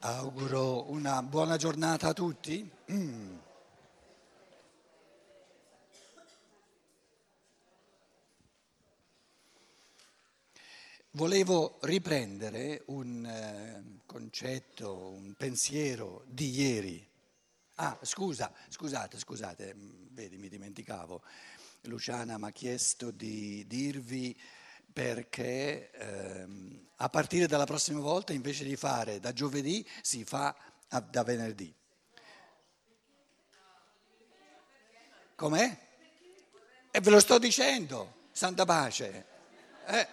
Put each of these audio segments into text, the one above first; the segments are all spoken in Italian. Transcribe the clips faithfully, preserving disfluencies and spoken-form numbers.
Auguro una buona giornata a tutti. Mm. Volevo riprendere un eh, concetto, un pensiero di ieri. Ah, scusa, scusate, scusate, mm, vedi, mi dimenticavo. Luciana mi ha chiesto di dirvi perché ehm, a partire dalla prossima volta invece di fare da giovedì si fa a- da venerdì. Com'è? E ve lo sto dicendo, santa pace. Eh,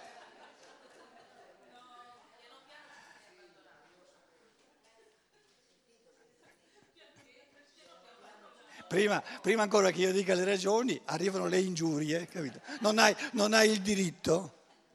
prima, prima ancora che io dica le ragioni, arrivano le ingiurie, capito? Non hai, non hai il diritto.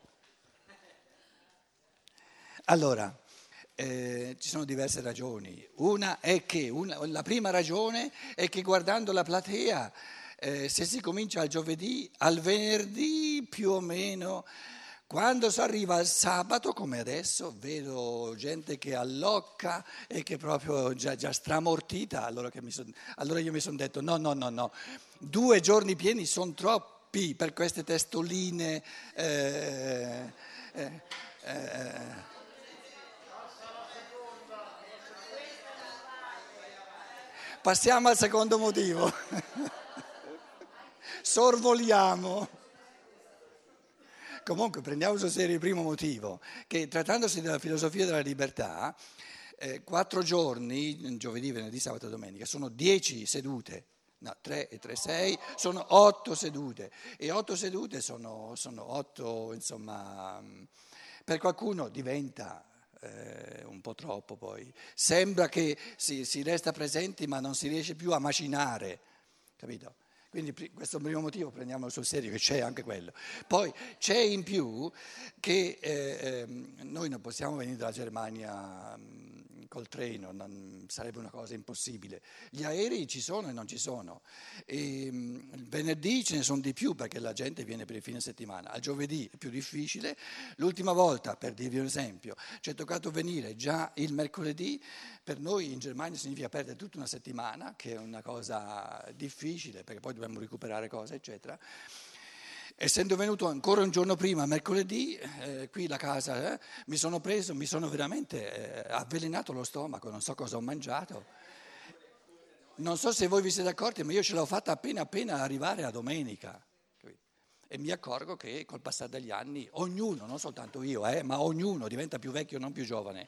Allora, eh, ci sono diverse ragioni. Una è che, una- la prima ragione è che guardando la platea, eh, se si comincia al giovedì, al venerdì più o meno, quando si arriva al sabato, come adesso, vedo gente che allocca e che proprio già, già stramortita, allora, che mi son- allora io mi sono detto no, no, no, no, due giorni pieni sono troppi per queste testoline. eh, eh, eh, Passiamo al secondo motivo. Sorvoliamo. Comunque prendiamo sul serio il primo motivo, che trattandosi della filosofia della libertà, eh, quattro giorni, giovedì, venerdì, sabato e domenica, sono dieci sedute. No, tre e tre, sei, sono otto sedute. E otto sedute sono, sono otto, insomma, mh, per qualcuno diventa eh, un po' troppo poi. Sembra che si, si resta presenti ma non si riesce più a macinare, capito? Quindi pri- questo è il primo motivo, prendiamolo sul serio, che c'è anche quello. Poi c'è in più che eh, ehm, noi non possiamo venire dalla Germania mh, col treno, non- sarebbe una cosa impossibile. Gli aerei ci sono e non ci sono. E, mh, il venerdì ce ne sono di più perché la gente viene per il fine settimana. Al giovedì è più difficile. L'ultima volta, per dirvi un esempio, ci è toccato venire già il mercoledì. Per noi in Germania significa perdere tutta una settimana, che è una cosa difficile perché poi dobbiamo recuperare cose, eccetera. Essendo venuto ancora un giorno prima, mercoledì, eh, qui la casa, eh, mi sono preso, mi sono veramente eh, avvelenato lo stomaco, non so cosa ho mangiato. Non so se voi vi siete accorti, ma io ce l'ho fatta appena appena arrivare a domenica. Capito? E mi accorgo che col passare degli anni ognuno, non soltanto io, eh, ma ognuno diventa più vecchio, non più giovane.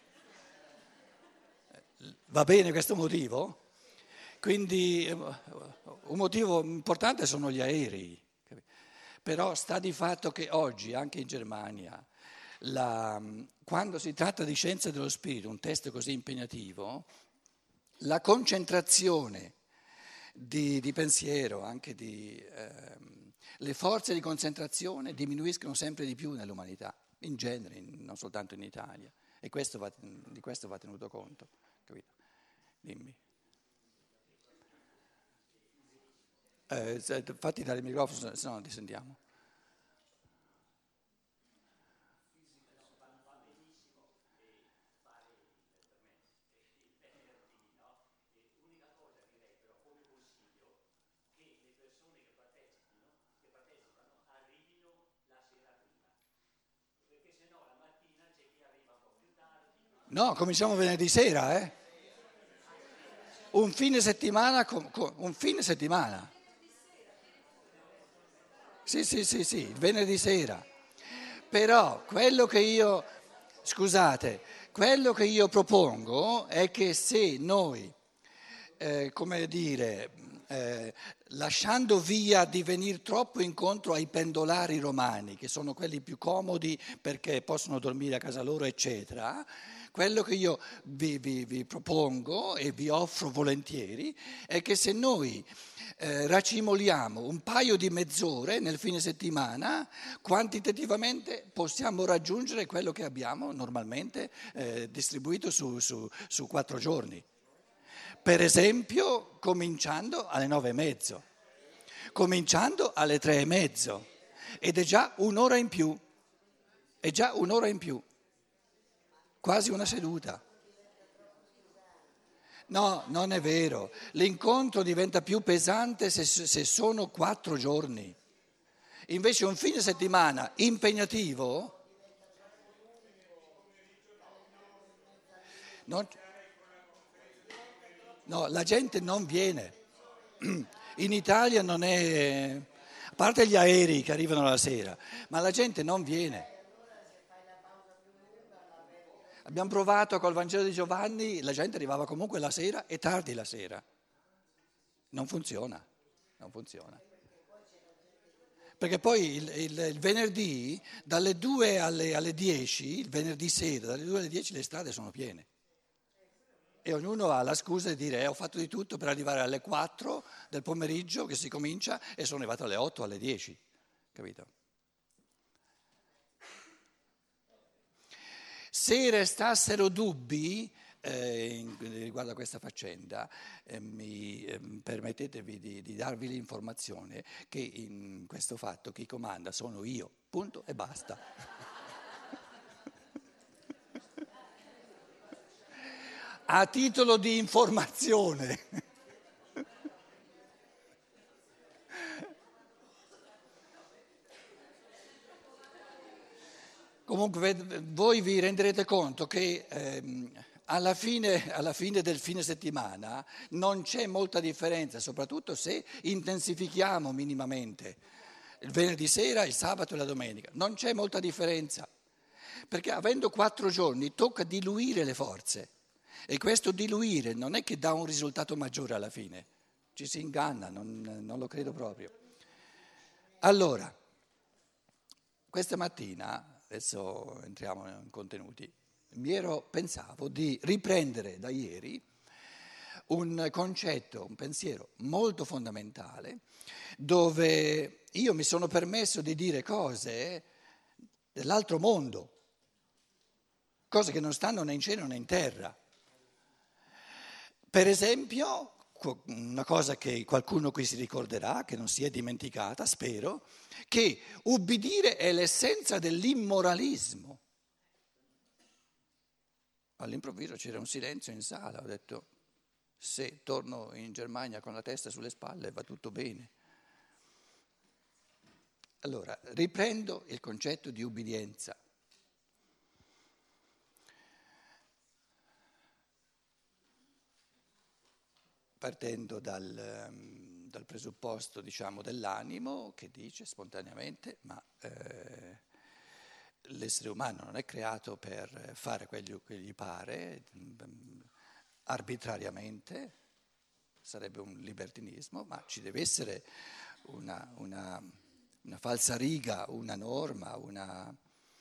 Va bene questo motivo? Quindi eh, un motivo importante sono gli aerei, però sta di fatto che oggi anche in Germania, la- quando si tratta di scienza dello spirito, un testo così impegnativo, la concentrazione di, di pensiero, anche di, ehm, le forze di concentrazione diminuiscono sempre di più nell'umanità, in genere, in- non soltanto in Italia, e questo va- di questo va tenuto conto, capito? Dimmi. Eh, se- fatti dare il microfono, se no non ti sentiamo. No, cominciamo venerdì sera, eh? Un fine settimana, con- con- un fine settimana. Sì, sì, sì, sì, il venerdì sera. Però quello che io, scusate, quello che io propongo è che se noi, eh, come dire, eh, lasciando via di venire troppo incontro ai pendolari romani, che sono quelli più comodi perché possono dormire a casa loro, eccetera, quello che io vi, vi- vi propongo e vi offro volentieri è che se noi eh, racimoliamo un paio di mezz'ore nel fine settimana, quantitativamente possiamo raggiungere quello che abbiamo normalmente eh, distribuito su, su- su quattro giorni. Per esempio, cominciando alle nove e mezzo, cominciando alle tre e mezzo, ed è già un'ora in più, è già un'ora in più, quasi una seduta. No, non è vero. L'incontro diventa più pesante se, se sono quattro giorni. Invece un fine settimana impegnativo, non- no, la gente non viene. In Italia non è, a parte gli aerei che arrivano la sera, ma la gente non viene. Abbiamo provato col Vangelo di Giovanni, la gente arrivava comunque la sera e tardi la sera. Non funziona, non funziona. Perché poi il, il- il venerdì dalle due alle, alle dieci, il venerdì sera, dalle due alle dieci le strade sono piene. E ognuno ha la scusa di dire eh, ho fatto di tutto per arrivare alle quattro del pomeriggio che si comincia e sono arrivato alle otto, alle dieci, capito? Se restassero dubbi eh, in- riguardo a questa faccenda, eh, mi eh, permettetevi di, di darvi l'informazione che in questo fatto chi comanda sono io, punto e basta. A titolo di informazione. Comunque ved- voi vi renderete conto che ehm, alla fine, alla fine del fine settimana non c'è molta differenza, soprattutto se intensifichiamo minimamente il venerdì sera, il sabato e la domenica. Non c'è molta differenza, perché avendo quattro giorni tocca diluire le forze e questo diluire non è che dà un risultato maggiore alla fine, ci si inganna, non, non lo credo proprio. Allora, questa mattina, adesso entriamo in contenuti, mi ero, pensavo di riprendere da ieri un concetto, un pensiero molto fondamentale, dove io mi sono permesso di dire cose dell'altro mondo, cose che non stanno né in cielo né in terra. Per esempio, una cosa che qualcuno qui si ricorderà, che non si è dimenticata, spero, che ubbidire è l'essenza dell'immoralismo. All'improvviso c'era un silenzio in sala, ho detto, se torno in Germania con la testa sulle spalle va tutto bene. Allora, riprendo il concetto di ubbidienza. Partendo dal, ehm, dal presupposto, diciamo, dell'animo che dice spontaneamente, ma eh, l'essere umano non è creato per fare quello che gli pare, mm, arbitrariamente, sarebbe un libertinismo, ma ci deve essere una, una, una falsariga, una norma, una,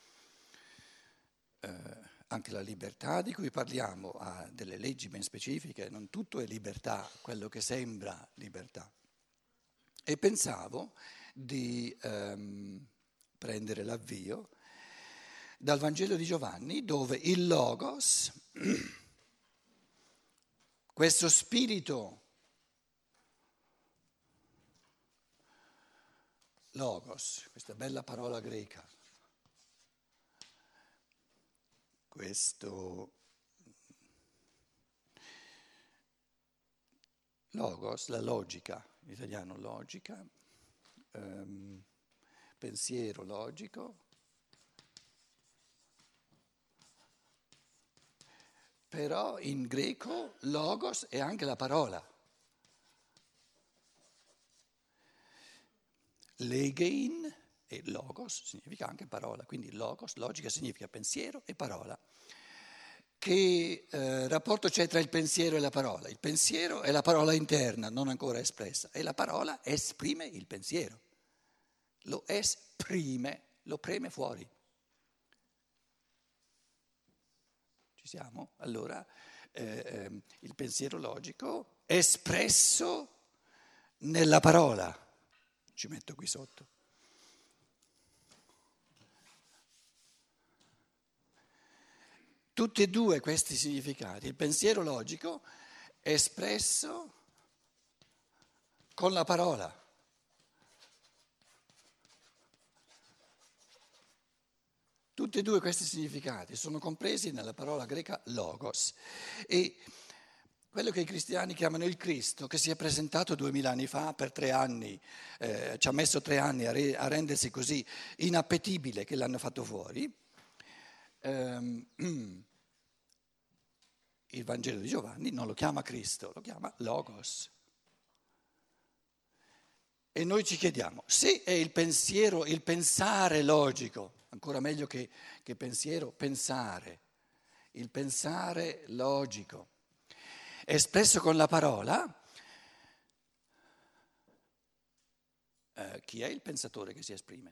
eh, anche la libertà di cui parliamo ha delle leggi ben specifiche, non tutto è libertà, quello che sembra libertà. E pensavo di ehm, prendere l'avvio dal Vangelo di Giovanni, dove il Logos, questo spirito Logos, questa bella parola greca, questo Logos, la logica, in italiano logica, ehm, pensiero logico, però in greco Logos è anche la parola. Legein e Logos significa anche parola, quindi Logos, logica significa pensiero e parola. Che eh, rapporto c'è tra il pensiero e la parola? Il pensiero è la parola interna, non ancora espressa, e la parola esprime il pensiero, lo esprime, lo preme fuori. Ci siamo? Allora, eh, eh, il pensiero logico espresso nella parola, ci metto qui sotto. Tutti e due questi significati, il pensiero logico è espresso con la parola. Tutti e due questi significati sono compresi nella parola greca logos. E quello che i cristiani chiamano il Cristo, che si è presentato duemila anni fa per tre anni, eh, ci ha messo tre anni a, re, a rendersi così inappetibile che l'hanno fatto fuori, ehm, il Vangelo di Giovanni non lo chiama Cristo, lo chiama Logos. E noi ci chiediamo, se è il pensiero, il pensare logico, ancora meglio che, che pensiero, pensare, il pensare logico, espresso con la parola, eh, chi è il pensatore che si esprime?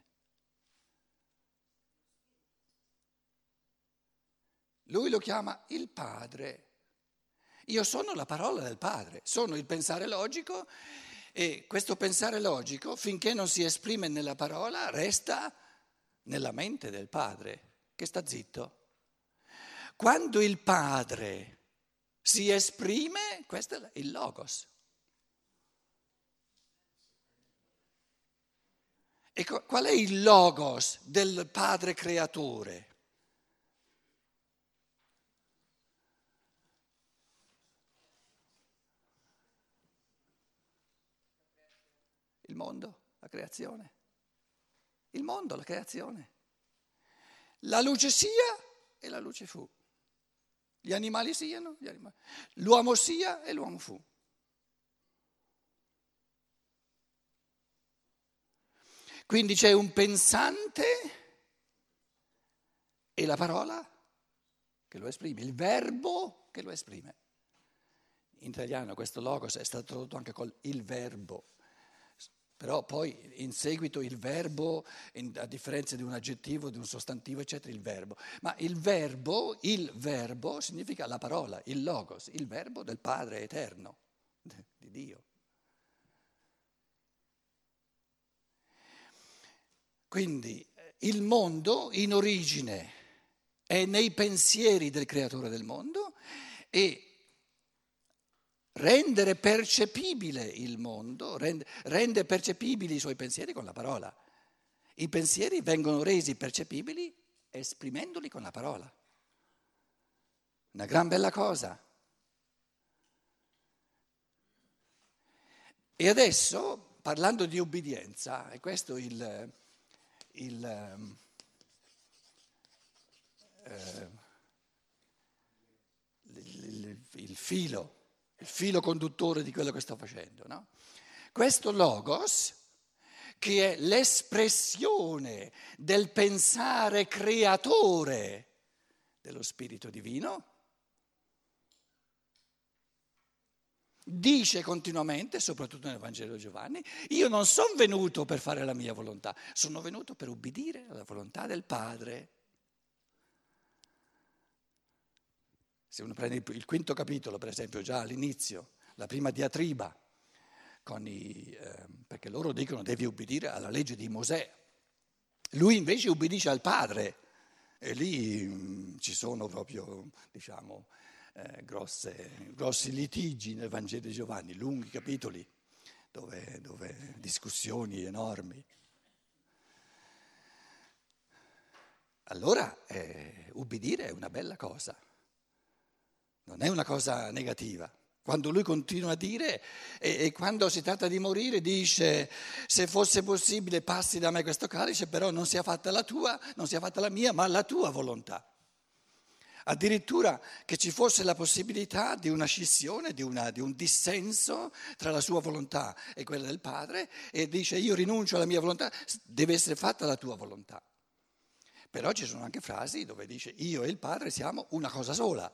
Lui lo chiama il Padre. Io sono la parola del Padre, sono il pensare logico e questo pensare logico, finché non si esprime nella parola, resta nella mente del Padre, che sta zitto. Quando il Padre si esprime, questo è il Logos. E qual è il Logos del Padre creatore? Il mondo, la creazione. Il mondo, la creazione. La luce sia e la luce fu. Gli animali siano, gli animali. L'uomo sia e l'uomo fu. Quindi c'è un pensante e la parola che lo esprime, il verbo che lo esprime. In italiano questo logos è stato tradotto anche col il verbo. Però poi in seguito il verbo, in, a differenza di un aggettivo, di un sostantivo, eccetera, il verbo. Ma il verbo, il verbo significa la parola, il logos, il verbo del Padre eterno, di Dio. Quindi il mondo in origine è nei pensieri del creatore del mondo e rendere percepibile il mondo, rende, rende percepibili i suoi pensieri con la parola. I pensieri vengono resi percepibili esprimendoli con la parola. Una gran bella cosa. E adesso, parlando di obbedienza, è questo il, il, eh, il, il, il filo. il filo conduttore di quello che sto facendo, no? Questo logos, che è l'espressione del pensare creatore dello Spirito Divino, dice continuamente, soprattutto nel Vangelo di Giovanni, io non sono venuto per fare la mia volontà, sono venuto per ubbidire alla volontà del Padre. Se uno prende il quinto capitolo, per esempio, già all'inizio, la prima diatriba, con i, eh, perché loro dicono devi ubbidire alla legge di Mosè, lui invece ubbidisce al Padre e lì mh, ci sono proprio, diciamo, eh, grosse, grossi litigi nel Vangelo di Giovanni, lunghi capitoli, dove, dove discussioni enormi. Allora, eh, ubbidire è una bella cosa. Non è una cosa negativa. Quando lui continua a dire e, e quando si tratta di morire dice se fosse possibile passi da me questo calice, però non sia fatta la tua, non sia fatta la mia, ma la tua volontà. Addirittura che ci fosse la possibilità di una scissione, di, una, di un dissenso tra la sua volontà e quella del Padre e dice io rinuncio alla mia volontà, deve essere fatta la tua volontà. Però ci sono anche frasi dove dice io e il Padre siamo una cosa sola.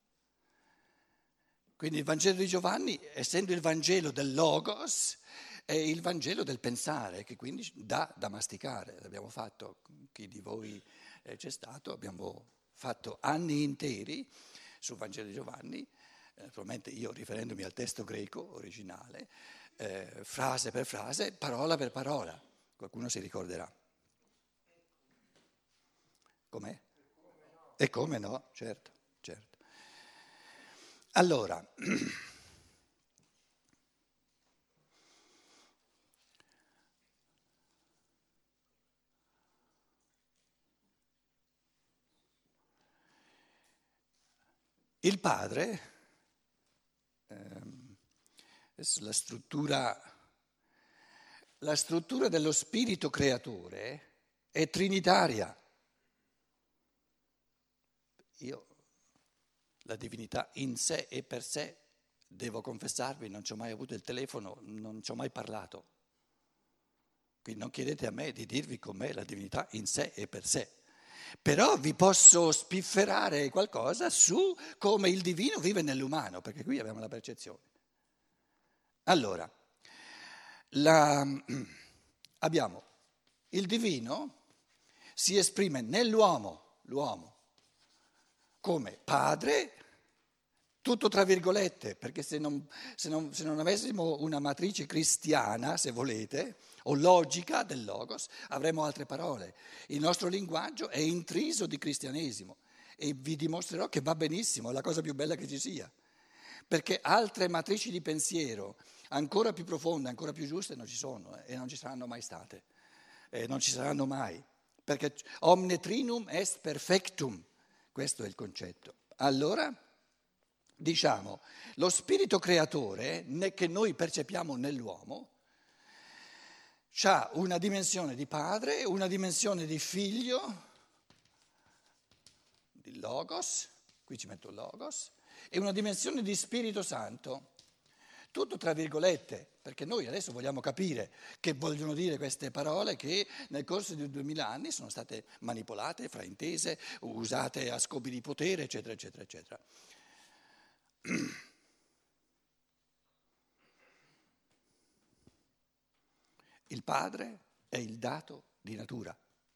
Quindi il Vangelo di Giovanni, essendo il Vangelo del Logos, è il Vangelo del pensare, che quindi dà da masticare. L'abbiamo fatto, chi di voi c'è stato, abbiamo fatto anni interi sul Vangelo di Giovanni, naturalmente io riferendomi al testo greco originale, eh, frase per frase, parola per parola. Qualcuno si ricorderà. Com'è? E come no, certo, certo. Allora, il Padre la struttura, la struttura dello spirito creatore è trinitaria. Io, la divinità in sé e per sé, devo confessarvi, non ci ho mai avuto il telefono, non ci ho mai parlato. Quindi non chiedete a me di dirvi com'è la divinità in sé e per sé. Però vi posso spifferare qualcosa su come il divino vive nell'umano, perché qui abbiamo la percezione. Allora, la, abbiamo il divino si esprime nell'uomo, l'uomo, come padre, tutto tra virgolette, perché se non, se non, se non avessimo una matrice cristiana, se volete, o logica del logos, avremmo altre parole. Il nostro linguaggio è intriso di cristianesimo e vi dimostrerò che va benissimo, è la cosa più bella che ci sia, perché altre matrici di pensiero ancora più profonde, ancora più giuste non ci sono eh, e non ci saranno mai state, eh, non ci saranno mai, perché omne trinum est perfectum. Questo è il concetto. Allora, diciamo, lo spirito creatore che noi percepiamo nell'uomo ha una dimensione di padre, una dimensione di figlio, di logos, qui ci metto logos, e una dimensione di Spirito Santo. Tutto tra virgolette, perché noi adesso vogliamo capire che vogliono dire queste parole che nel corso di duemila anni sono state manipolate, fraintese, usate a scopi di potere, eccetera, eccetera, eccetera. Il padre è il dato di natura.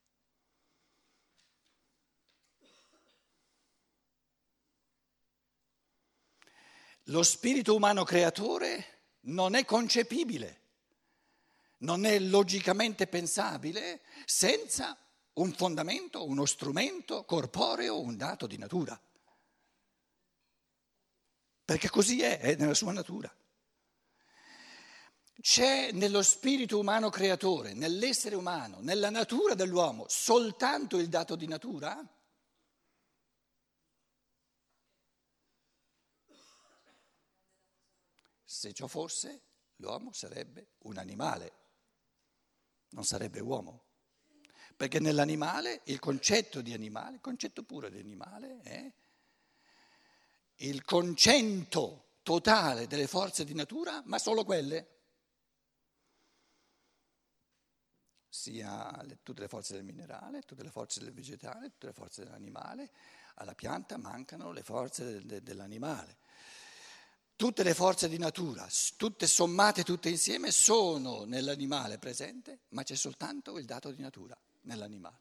Lo spirito umano creatore non è concepibile, non è logicamente pensabile senza un fondamento, uno strumento corporeo, un dato di natura. Perché così è, è nella sua natura. C'è nello spirito umano creatore, nell'essere umano, nella natura dell'uomo, soltanto il dato di natura? Se ciò fosse, l'uomo sarebbe un animale, non sarebbe uomo. Perché nell'animale, il concetto di animale, il concetto puro di animale è il concento totale delle forze di natura, ma solo quelle. Sia le, tutte le forze del minerale, tutte le forze del vegetale, tutte le forze dell'animale. Alla pianta mancano le forze del, de, dell'animale. Tutte le forze di natura, tutte sommate, tutte insieme, sono nell'animale presente, ma c'è soltanto il dato di natura nell'animale.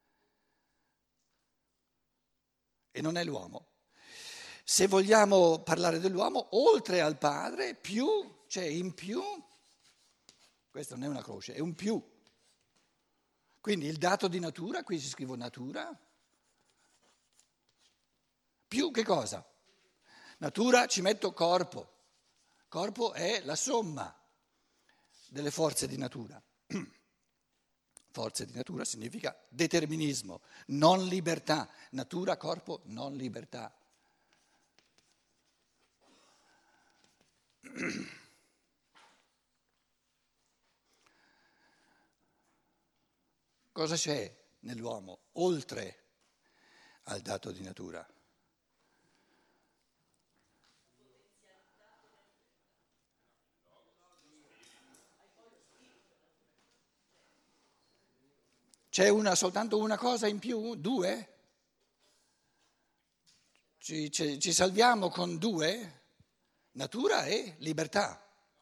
E non è l'uomo. Se vogliamo parlare dell'uomo, oltre al padre, più, c'è in più, questo non è una croce, è un più. Quindi il dato di natura, qui si scrive natura, più che cosa? Natura ci metto corpo, corpo è la somma delle forze di natura. Forze di natura significa determinismo, non libertà, natura, corpo, non libertà. Cosa c'è nell'uomo oltre al dato di natura? C'è una, soltanto una cosa in più? Due? Ci, ci, ci salviamo con due? Natura e libertà.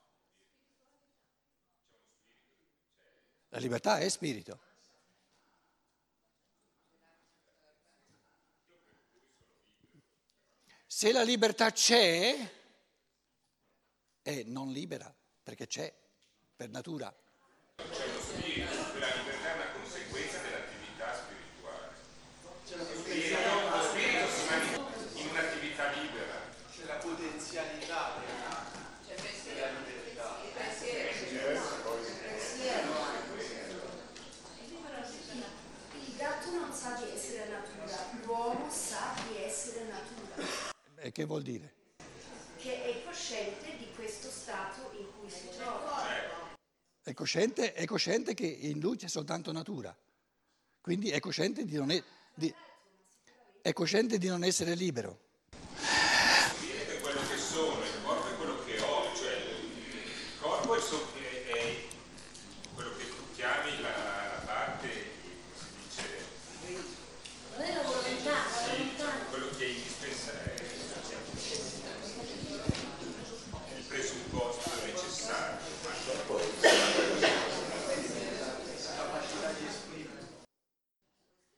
La libertà è spirito. Se la libertà c'è, è non libera, perché c'è, per natura. C'è uno spirito, la libertà è una conseguenza dell'attività spirituale. Lo spirito si manifesta in un'attività libera. C'è la potenzialità della, della libertà. Il gatto non sa di essere natura, l'uomo sa di essere natura. E che vuol dire? Che che è cosciente di questo stato in cui si trova. È cosciente, è cosciente che in lui c'è soltanto natura, quindi è cosciente di non, è, di, è cosciente di non essere libero. Dire che quello che sono, il corpo è quello che ho, cioè il corpo è, so-